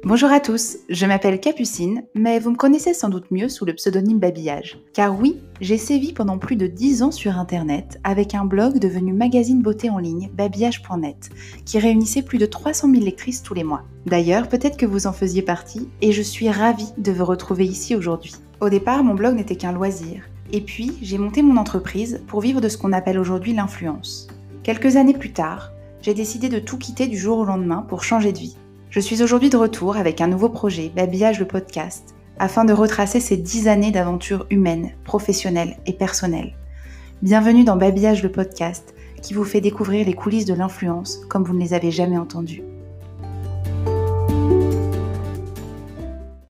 Bonjour à tous, je m'appelle Capucine, mais vous me connaissez sans doute mieux sous le pseudonyme Babillage. Car oui, j'ai sévi pendant plus de 10 ans sur internet avec un blog devenu magazine beauté en ligne, babillage.net, qui réunissait plus de 300 000 lectrices tous les mois. D'ailleurs, peut-être que vous en faisiez partie, et je suis ravie de vous retrouver ici aujourd'hui. Au départ, mon blog n'était qu'un loisir, et puis j'ai monté mon entreprise pour vivre de ce qu'on appelle aujourd'hui l'influence. Quelques années plus tard, j'ai décidé de tout quitter du jour au lendemain pour changer de vie. Je suis aujourd'hui de retour avec un nouveau projet, Babillage le podcast, afin de retracer ces 10 années d'aventures humaines, professionnelles et personnelles. Bienvenue dans Babillage le podcast, qui vous fait découvrir les coulisses de l'influence comme vous ne les avez jamais entendues.